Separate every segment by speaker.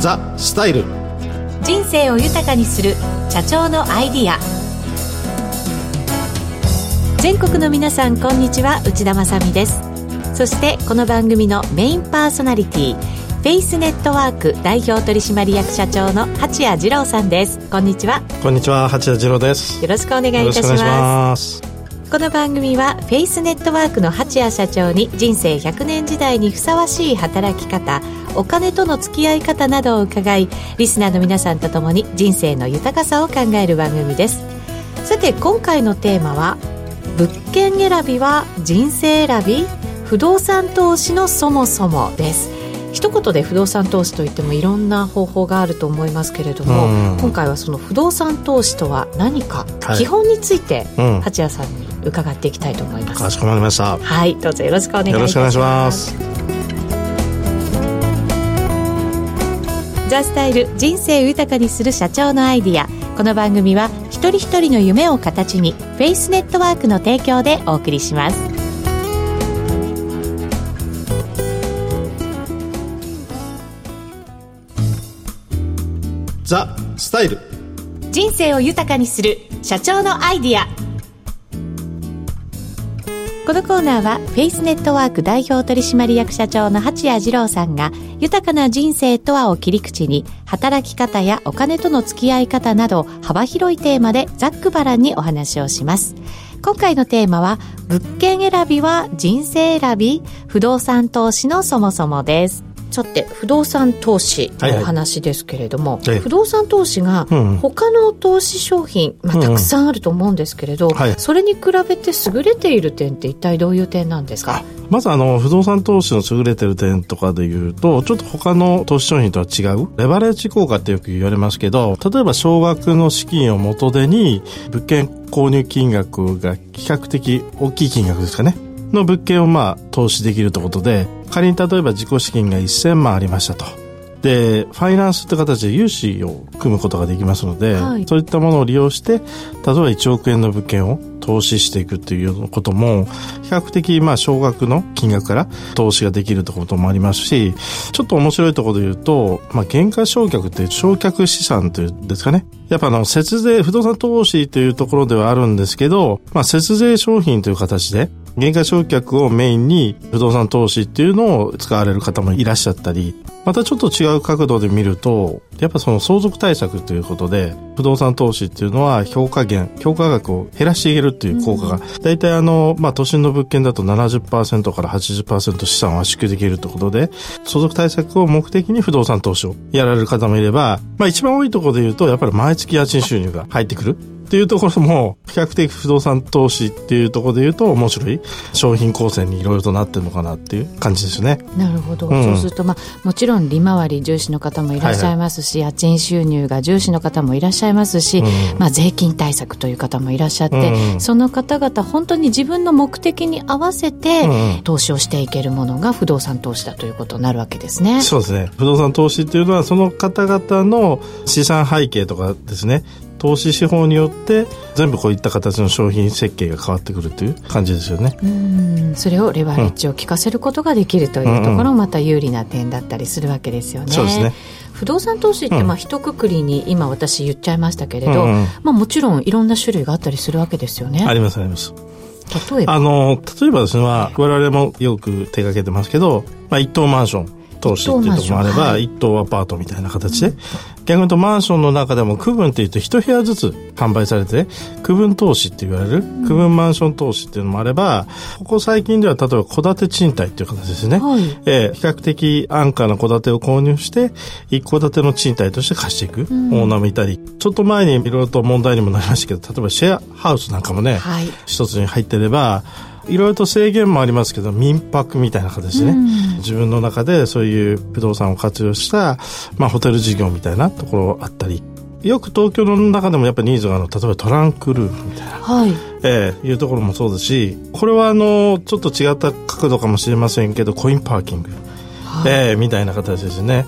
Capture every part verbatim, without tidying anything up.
Speaker 1: ザ・スタイル。
Speaker 2: 人生を豊かにする社長のアイディア。全国の皆さんこんにちは、内田まさみです。そしてこの番組のメインパーソナリティ、フェイスネットワーク代表取締役社長の八谷二郎さんです。こんにちは。
Speaker 1: こんにちは、八谷二郎です。
Speaker 2: よろしくお願いいたします。
Speaker 1: よろしくお願いします。
Speaker 2: この番組はフェイスネットワークの八谷社長に人生ひゃくねん時代にふさわしい働き方、お金との付き合い方などを伺い、リスナーの皆さんとともに人生の豊かさを考える番組です。さて今回のテーマは、物件選びは人生選び？不動産投資のそもそもです。一言で不動産投資といってもいろんな方法があると思いますけれども、今回はその不動産投資とは何か、はい、基本について、うん、八谷さんに伺っていきたいと思います。
Speaker 1: かしこまりました。
Speaker 2: はい、どうぞよろしくお願いいたします。よろしくお願いします。ザ・スタイル、人生を豊かにする社長のアイディア。この番組は一人一人の夢を形に、フェイスネットワークの提供でお送りします。
Speaker 1: ザ・スタイル、
Speaker 2: 人生を豊かにする社長のアイディア。このコーナーはフェイスネットワーク代表取締役社長の八谷二郎さんが、豊かな人生とはを切り口に、働き方やお金との付き合い方など幅広いテーマでざっくばらんにお話をします。今回のテーマは、物件選びは人生選び？不動産投資のそもそもです。さて、不動産投資のお話ですけれども、はいはい、不動産投資が他の投資商品、うん、まあ、たくさんあると思うんですけれど、うん、はい、それに比べて優れている点って一体どういう点なんですか？
Speaker 1: まずあの不動産投資の優れている点とかでいうと、ちょっと他の投資商品とは違うレバレッジ効果ってよく言われますけど、例えば少額の資金を元手に物件購入金額が比較的大きい金額ですかねの物件をまあ投資できるということで、仮に例えば自己資金がせんまんありましたと。で、ファイナンスって形で融資を組むことができますので、はい、そういったものを利用して、例えばいちおくえんの物件を投資していくっていうようなことも、比較的まあ少額の金額から投資ができるということもありますし、ちょっと面白いところで言うと、まあ減価償却っていう償却資産というんですかね。やっぱあの節税、不動産投資というところではあるんですけど、まあ節税商品という形で、減価償却をメインに不動産投資っていうのを使われる方もいらっしゃったり、またちょっと違う角度で見ると、やっぱその相続対策ということで、不動産投資っていうのは評価減、評価額を減らしていけるっていう効果が、だいたいあの、まあ都心の物件だと ななじゅっパーセント から はちじゅっパーセント 資産を圧縮できるということで、相続対策を目的に不動産投資をやられる方もいれば、まあ一番多いところで言うと、やっぱり毎月家賃収入が入ってくるっていうところも、比較的不動産投資っていうところで言うと面白い商品構成にいろいろとなってるのかなっていう感じですね。
Speaker 2: なるほど、うん、そうすると、まあ、もちろん利回り重視の方もいらっしゃいますし、はいはい、家賃収入が重視の方もいらっしゃいますし、うん、まあ、税金対策という方もいらっしゃって、うん、その方々本当に自分の目的に合わせて投資をしていけるものが不動産投資だということになるわけですね。
Speaker 1: そうですね。不動産投資っていうのはその方々の資産背景とかですね、投資手法によって全部こういった形の商品設計が変わってくるという感じですよね。
Speaker 2: うん、それをレバレッジを効かせることができるというところもまた有利な点だったりするわけですよね。
Speaker 1: そうですね。
Speaker 2: 不動産投資ってまあ一括りに今私言っちゃいましたけれど、うんうん、まあ、もちろんいろんな種類があったりするわけですよね。
Speaker 1: ありますあります。
Speaker 2: 例えばあ
Speaker 1: の例えばですね、我々もよく手掛けてますけど、まあ、一棟マンション投資っていうところもあれば、一棟アパートみたいな形で、うん、逆に言うとマンションの中でも区分っていうと一部屋ずつ販売されて、区分投資って言われる、うん、区分マンション投資っていうのもあれば、ここ最近では例えば戸建て賃貸っていう形ですね、はい、えー、比較的安価な戸建てを購入して一戸建ての賃貸として貸していく、うん、オーナーもいたり、ちょっと前にいろいろと問題にもなりましたけど、例えばシェアハウスなんかもね、はい、一つに入ってればいろいろと制限もありますけど、民泊みたいな形でね、うん、自分の中でそういう不動産を活用した、まあ、ホテル事業みたいなところあったり、よく東京の中でもやっぱりニーズがあるの、例えばトランクルームみたいな、はい、えー、いうところもそうですし、これはあのちょっと違った角度かもしれませんけど、コインパーキング、はい、えー、みたいな形ですね。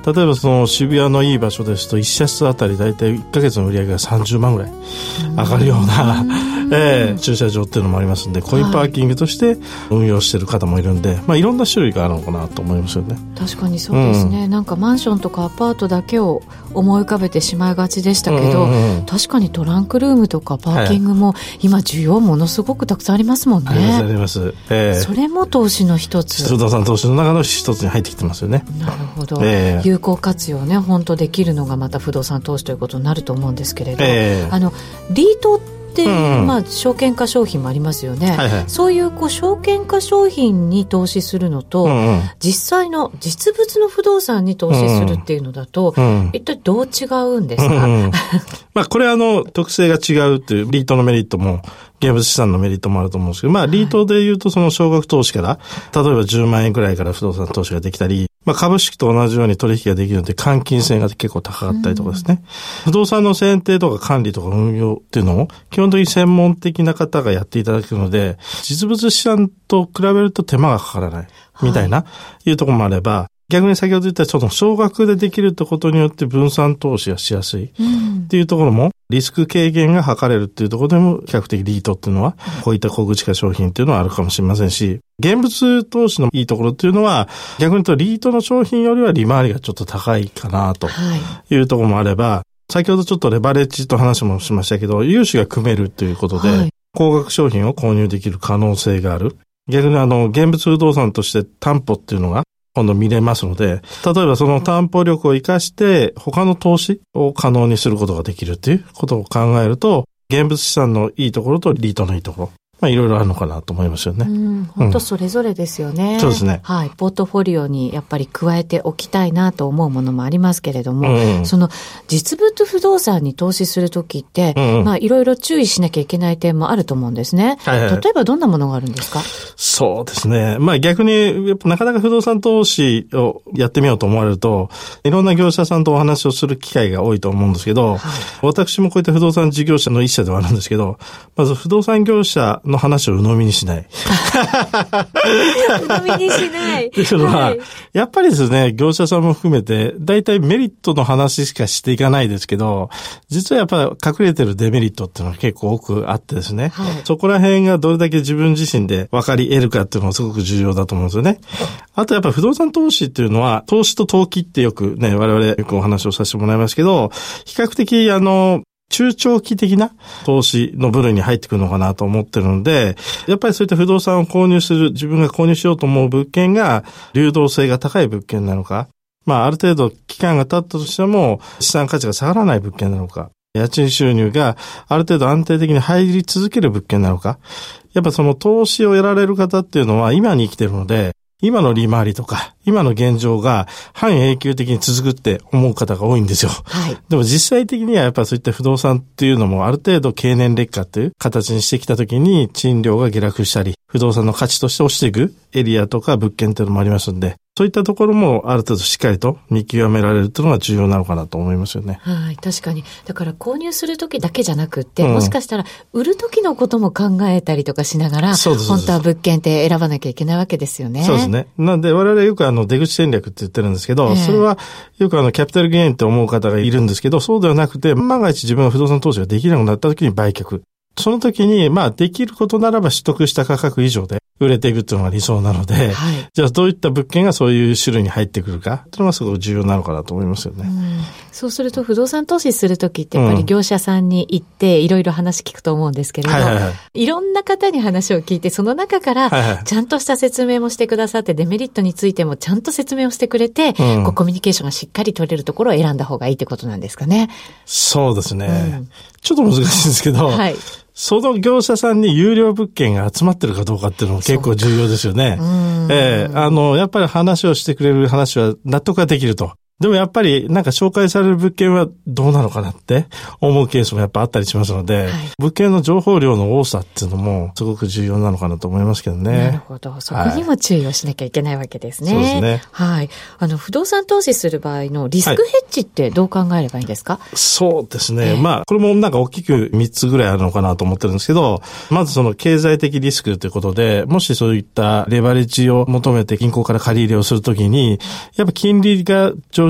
Speaker 1: 例えばその渋谷のいい場所ですといち社室あたりだいたいいっかげつの売り上げがさんじゅうまんぐらい上がるような、えー、駐車場っていうのもありますんで、コインパーキングとして運用している方もいるんで、まあ、いろんな種類があるのかなと思いますよね。
Speaker 2: 確かにそうですね、うん、なんかマンションとかアパートだけを思い浮かべてしまいがちでしたけど、うんうんうん、確かにトランクルームとかパーキングも今需要ものすごくたくさんありますもんね。
Speaker 1: ありますあります、えー、
Speaker 2: それも投資の一つ、
Speaker 1: 不動産投資の中の一つに入ってきてますよね。
Speaker 2: なるほど、えー、有効活用ね本当できるのがまた不動産投資ということになると思うんですけれど、えー、あのリートで、うんまあ、証券化商品もありますよね、はいはい、そういう、こう証券化商品に投資するのと、うんうん、実際の実物の不動産に投資するっていうのだと、うん、一体どう違うんですか？うんうん
Speaker 1: まあ、これはあの特性が違うというリートのメリットも現物資産のメリットもあると思うんですけど、まあ、リートで言うとその少額投資から、例えばじゅうまんえんくらいから不動産投資ができたり、まあ、株式と同じように取引ができるので換金性が結構高かったりとかですね、うん、不動産の選定とか管理とか運用っていうのも基本的に専門的な方がやっていただけるので、実物資産と比べると手間がかからないみたいな、はい、いうところもあれば、逆に先ほど言ったその少額でできるってことによって分散投資がしやすいっていうところも、リスク軽減が図れるっていうところでも比較的リートっていうのはこういった小口化商品っていうのはあるかもしれませんし、現物投資のいいところっていうのは逆に言うとリートの商品よりは利回りがちょっと高いかなというところもあれば、先ほどちょっとレバレッジと話もしましたけど、融資が組めるということで高額商品を購入できる可能性がある。逆にあの現物不動産として担保っていうのが今度見れますので、例えばその担保力を生かして他の投資を可能にすることができるということを考えると、現物資産のいいところとリートのいいところ、まあいろいろあるのかなと思いますよね。うん、
Speaker 2: 本当それぞれですよね、
Speaker 1: うん。そうですね。
Speaker 2: はい。ポートフォリオにやっぱり加えておきたいなと思うものもありますけれども、うん、その実物不動産に投資するときって、うんうん、まあいろいろ注意しなきゃいけない点もあると思うんですね。はいはい、例えばどんなものがあるんですか？
Speaker 1: そうですね。まあ逆にやっぱなかなか不動産投資をやってみようと思われると、いろんな業者さんとお話をする機会が多いと思うんですけど、はい、私もこういった不動産事業者の一社ではあるんですけど、まず不動産業者の話を鵜呑みにしない。
Speaker 2: 鵜呑みにしない。
Speaker 1: っていうのは、はい、やっぱりですね、業者さんも含めて、大体メリットの話しかしていかないですけど、実はやっぱり隠れてるデメリットっていうのは結構多くあってですね、はい、そこら辺がどれだけ自分自身で分かり得るかっていうのがすごく重要だと思うんですよね。あとやっぱり不動産投資っていうのは、投資と投機ってよくね、我々よくお話をさせてもらいますけど、比較的あの、中長期的な投資の部類に入ってくるのかなと思ってるので、やっぱりそういった不動産を購入する、自分が購入しようと思う物件が流動性が高い物件なのか、まあある程度期間が経ったとしても資産価値が下がらない物件なのか、家賃収入がある程度安定的に入り続ける物件なのか、やっぱその投資を得られる方っていうのは今に生きてるので、今の利回りとか、今の現状が半永久的に続くって思う方が多いんですよ。はい。でも実際的にはやっぱそういった不動産っていうのもある程度経年劣化っていう形にしてきたときに賃料が下落したり、不動産の価値として落ちていくエリアとか物件っていうのもありますんで、そういったところもある程度しっかりと見極められるというのが重要なのかなと思いますよね。
Speaker 2: はい、確かに。だから購入するときだけじゃなくって、うん、もしかしたら売るときのことも考えたりとかしながら、本当は物件って選ばなきゃいけないわけですよね。
Speaker 1: そうですね。なんで我々よくあの出口戦略って言ってるんですけど、えー、それはよくあのキャピタルゲインって思う方がいるんですけど、そうではなくて、万が一自分が不動産投資ができなくなったときに売却。その時に、まあ、できることならば取得した価格以上で売れていくっていうのが理想なので、はい、じゃあどういった物件がそういう種類に入ってくるかっていうのがすごく重要なのかなと思いますよね。うん、
Speaker 2: そうすると不動産投資するときってやっぱり業者さんに行っていろいろ話聞くと思うんですけれど、はいはいはい、いろんな方に話を聞いてその中からちゃんとした説明もしてくださって、デメリットについてもちゃんと説明をしてくれて、うん、こうコミュニケーションがしっかり取れるところを選んだ方がいいってことなんですかね。
Speaker 1: そうですね。うん、ちょっと難しいんですけど、はい、その業者さんに有料物件が集まってるかどうかっていうのも結構重要ですよね。ええー、あの、やっぱり話をしてくれる話は納得ができると。でもやっぱりなんか紹介される物件はどうなのかなって思うケースもやっぱあったりしますので、はい、物件の情報量の多さっていうのもすごく重要なのかなと思いますけどね。
Speaker 2: なるほど。そこにも注意をしなきゃいけないわけですね。
Speaker 1: はい、そうですね。
Speaker 2: はい。あの、不動産投資する場合のリスクヘッジってどう考えればいいんですか？はい、
Speaker 1: そうですね。えー、まあ、これもなんか大きくみっつぐらいあるのかなと思ってるんですけど、まずその経済的リスクということで、もしそういったレバレッジを求めて銀行から借り入れをするときに、やっぱ金利が上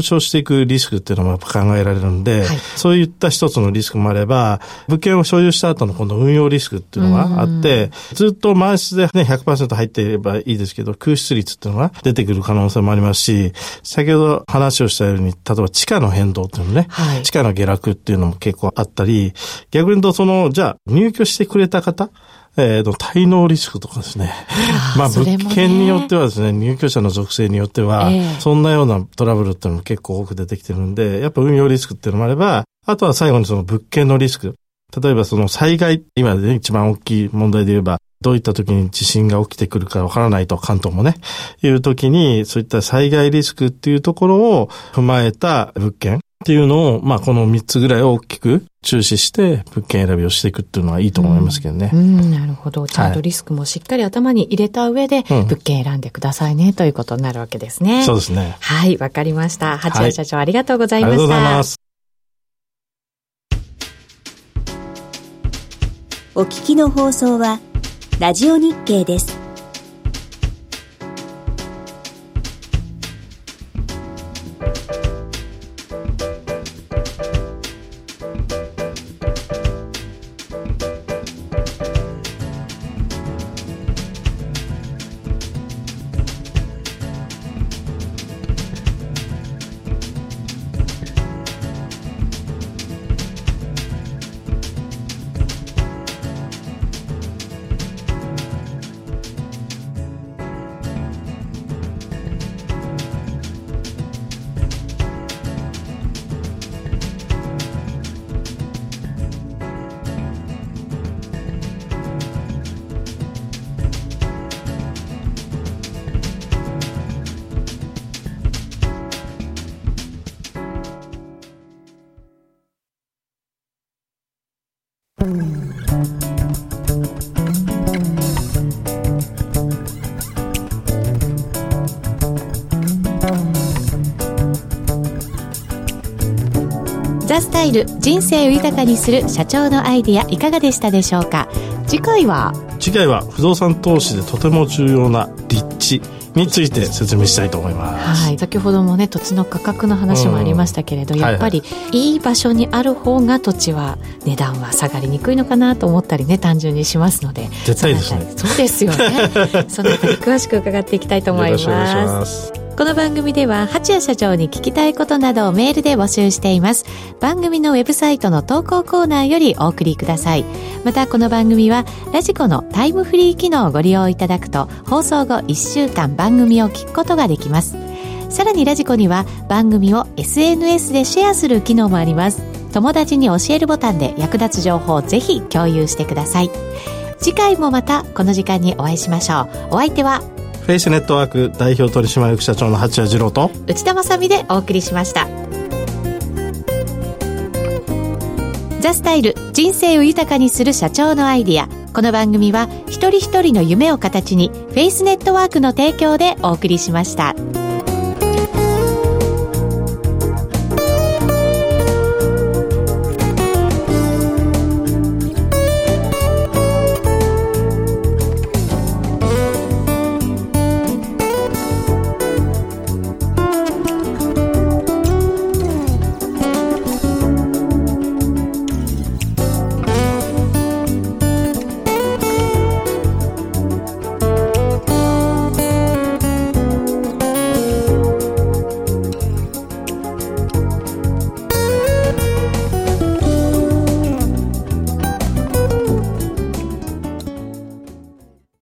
Speaker 1: 上昇していくリスクっていうのもやっぱ考えられるんで、はい、そういった一つのリスクもあれば、物件を所有した後の今度運用リスクっていうのがあって、ずっと満室でね、ひゃくパーセント 入っていればいいですけど、空室率っていうのが出てくる可能性もありますし、先ほど話をしたように、例えば地価の変動っていうのね、はい、地価の下落っていうのも結構あったり、逆に言うとその、じゃあ入居してくれた方、えー、と滞納リスクとかですね。まあ物件によってはですね、入居者の属性によっては、えー、そんなようなトラブルっていうのも結構多く出てきてるんで、やっぱ運用リスクっていうのもあれば、あとは最後にその物件のリスク。例えばその災害、今で、ね、一番大きい問題で言えば、どういった時に地震が起きてくるかわからないと、関東もね、いう時に、そういった災害リスクっていうところを踏まえた物件っていうのを、まあこのみっつぐらい大きく注視して物件選びをしていくっていうのはいいと思いますけどね。
Speaker 2: うん、うん、なるほど。ちゃんとリスクもしっかり頭に入れた上で、物件選んでくださいね、うん、ということになるわけですね。
Speaker 1: そうですね。
Speaker 2: はい、わかりました。八谷社長、はい、ありがとうございました。
Speaker 1: ありがとうございます。
Speaker 3: お聞きの放送はラジオ日経です。
Speaker 2: ザ・スタイル、人生を豊かにする社長のアイディアいかがでしたでしょうか。次回は
Speaker 1: 次回は不動産投資でとても重要な立地について説明したいと思います。
Speaker 2: はい、先ほどもね土地の価格の話もありましたけれど、うん、やっぱり、はいはい、いい場所にある方が土地は値段は下がりにくいのかなと思ったりね、単純にしますので、
Speaker 1: 絶対ですね。
Speaker 2: そうですよね。そのあたり詳しく伺っていきたいと思います。よろしくお願いします。この番組では八谷社長に聞きたいことなどをメールで募集しています。番組のウェブサイトの投稿コーナーよりお送りください。またこの番組はラジコのタイムフリー機能をご利用いただくと、放送後いっしゅうかん番組を聞くことができます。さらにラジコには番組を エスエヌエス でシェアする機能もあります。友達に教えるボタンで役立つ情報をぜひ共有してください。次回もまたこの時間にお会いしましょう。お相手は
Speaker 1: フェイスネットワーク代表取締役社長の八谷次郎と
Speaker 2: 内田まさみでお送りしました。ザ・スタイル、人生を豊かにする社長のアイディア。この番組は一人一人の夢を形にフェイスネットワークの提供でお送りしました。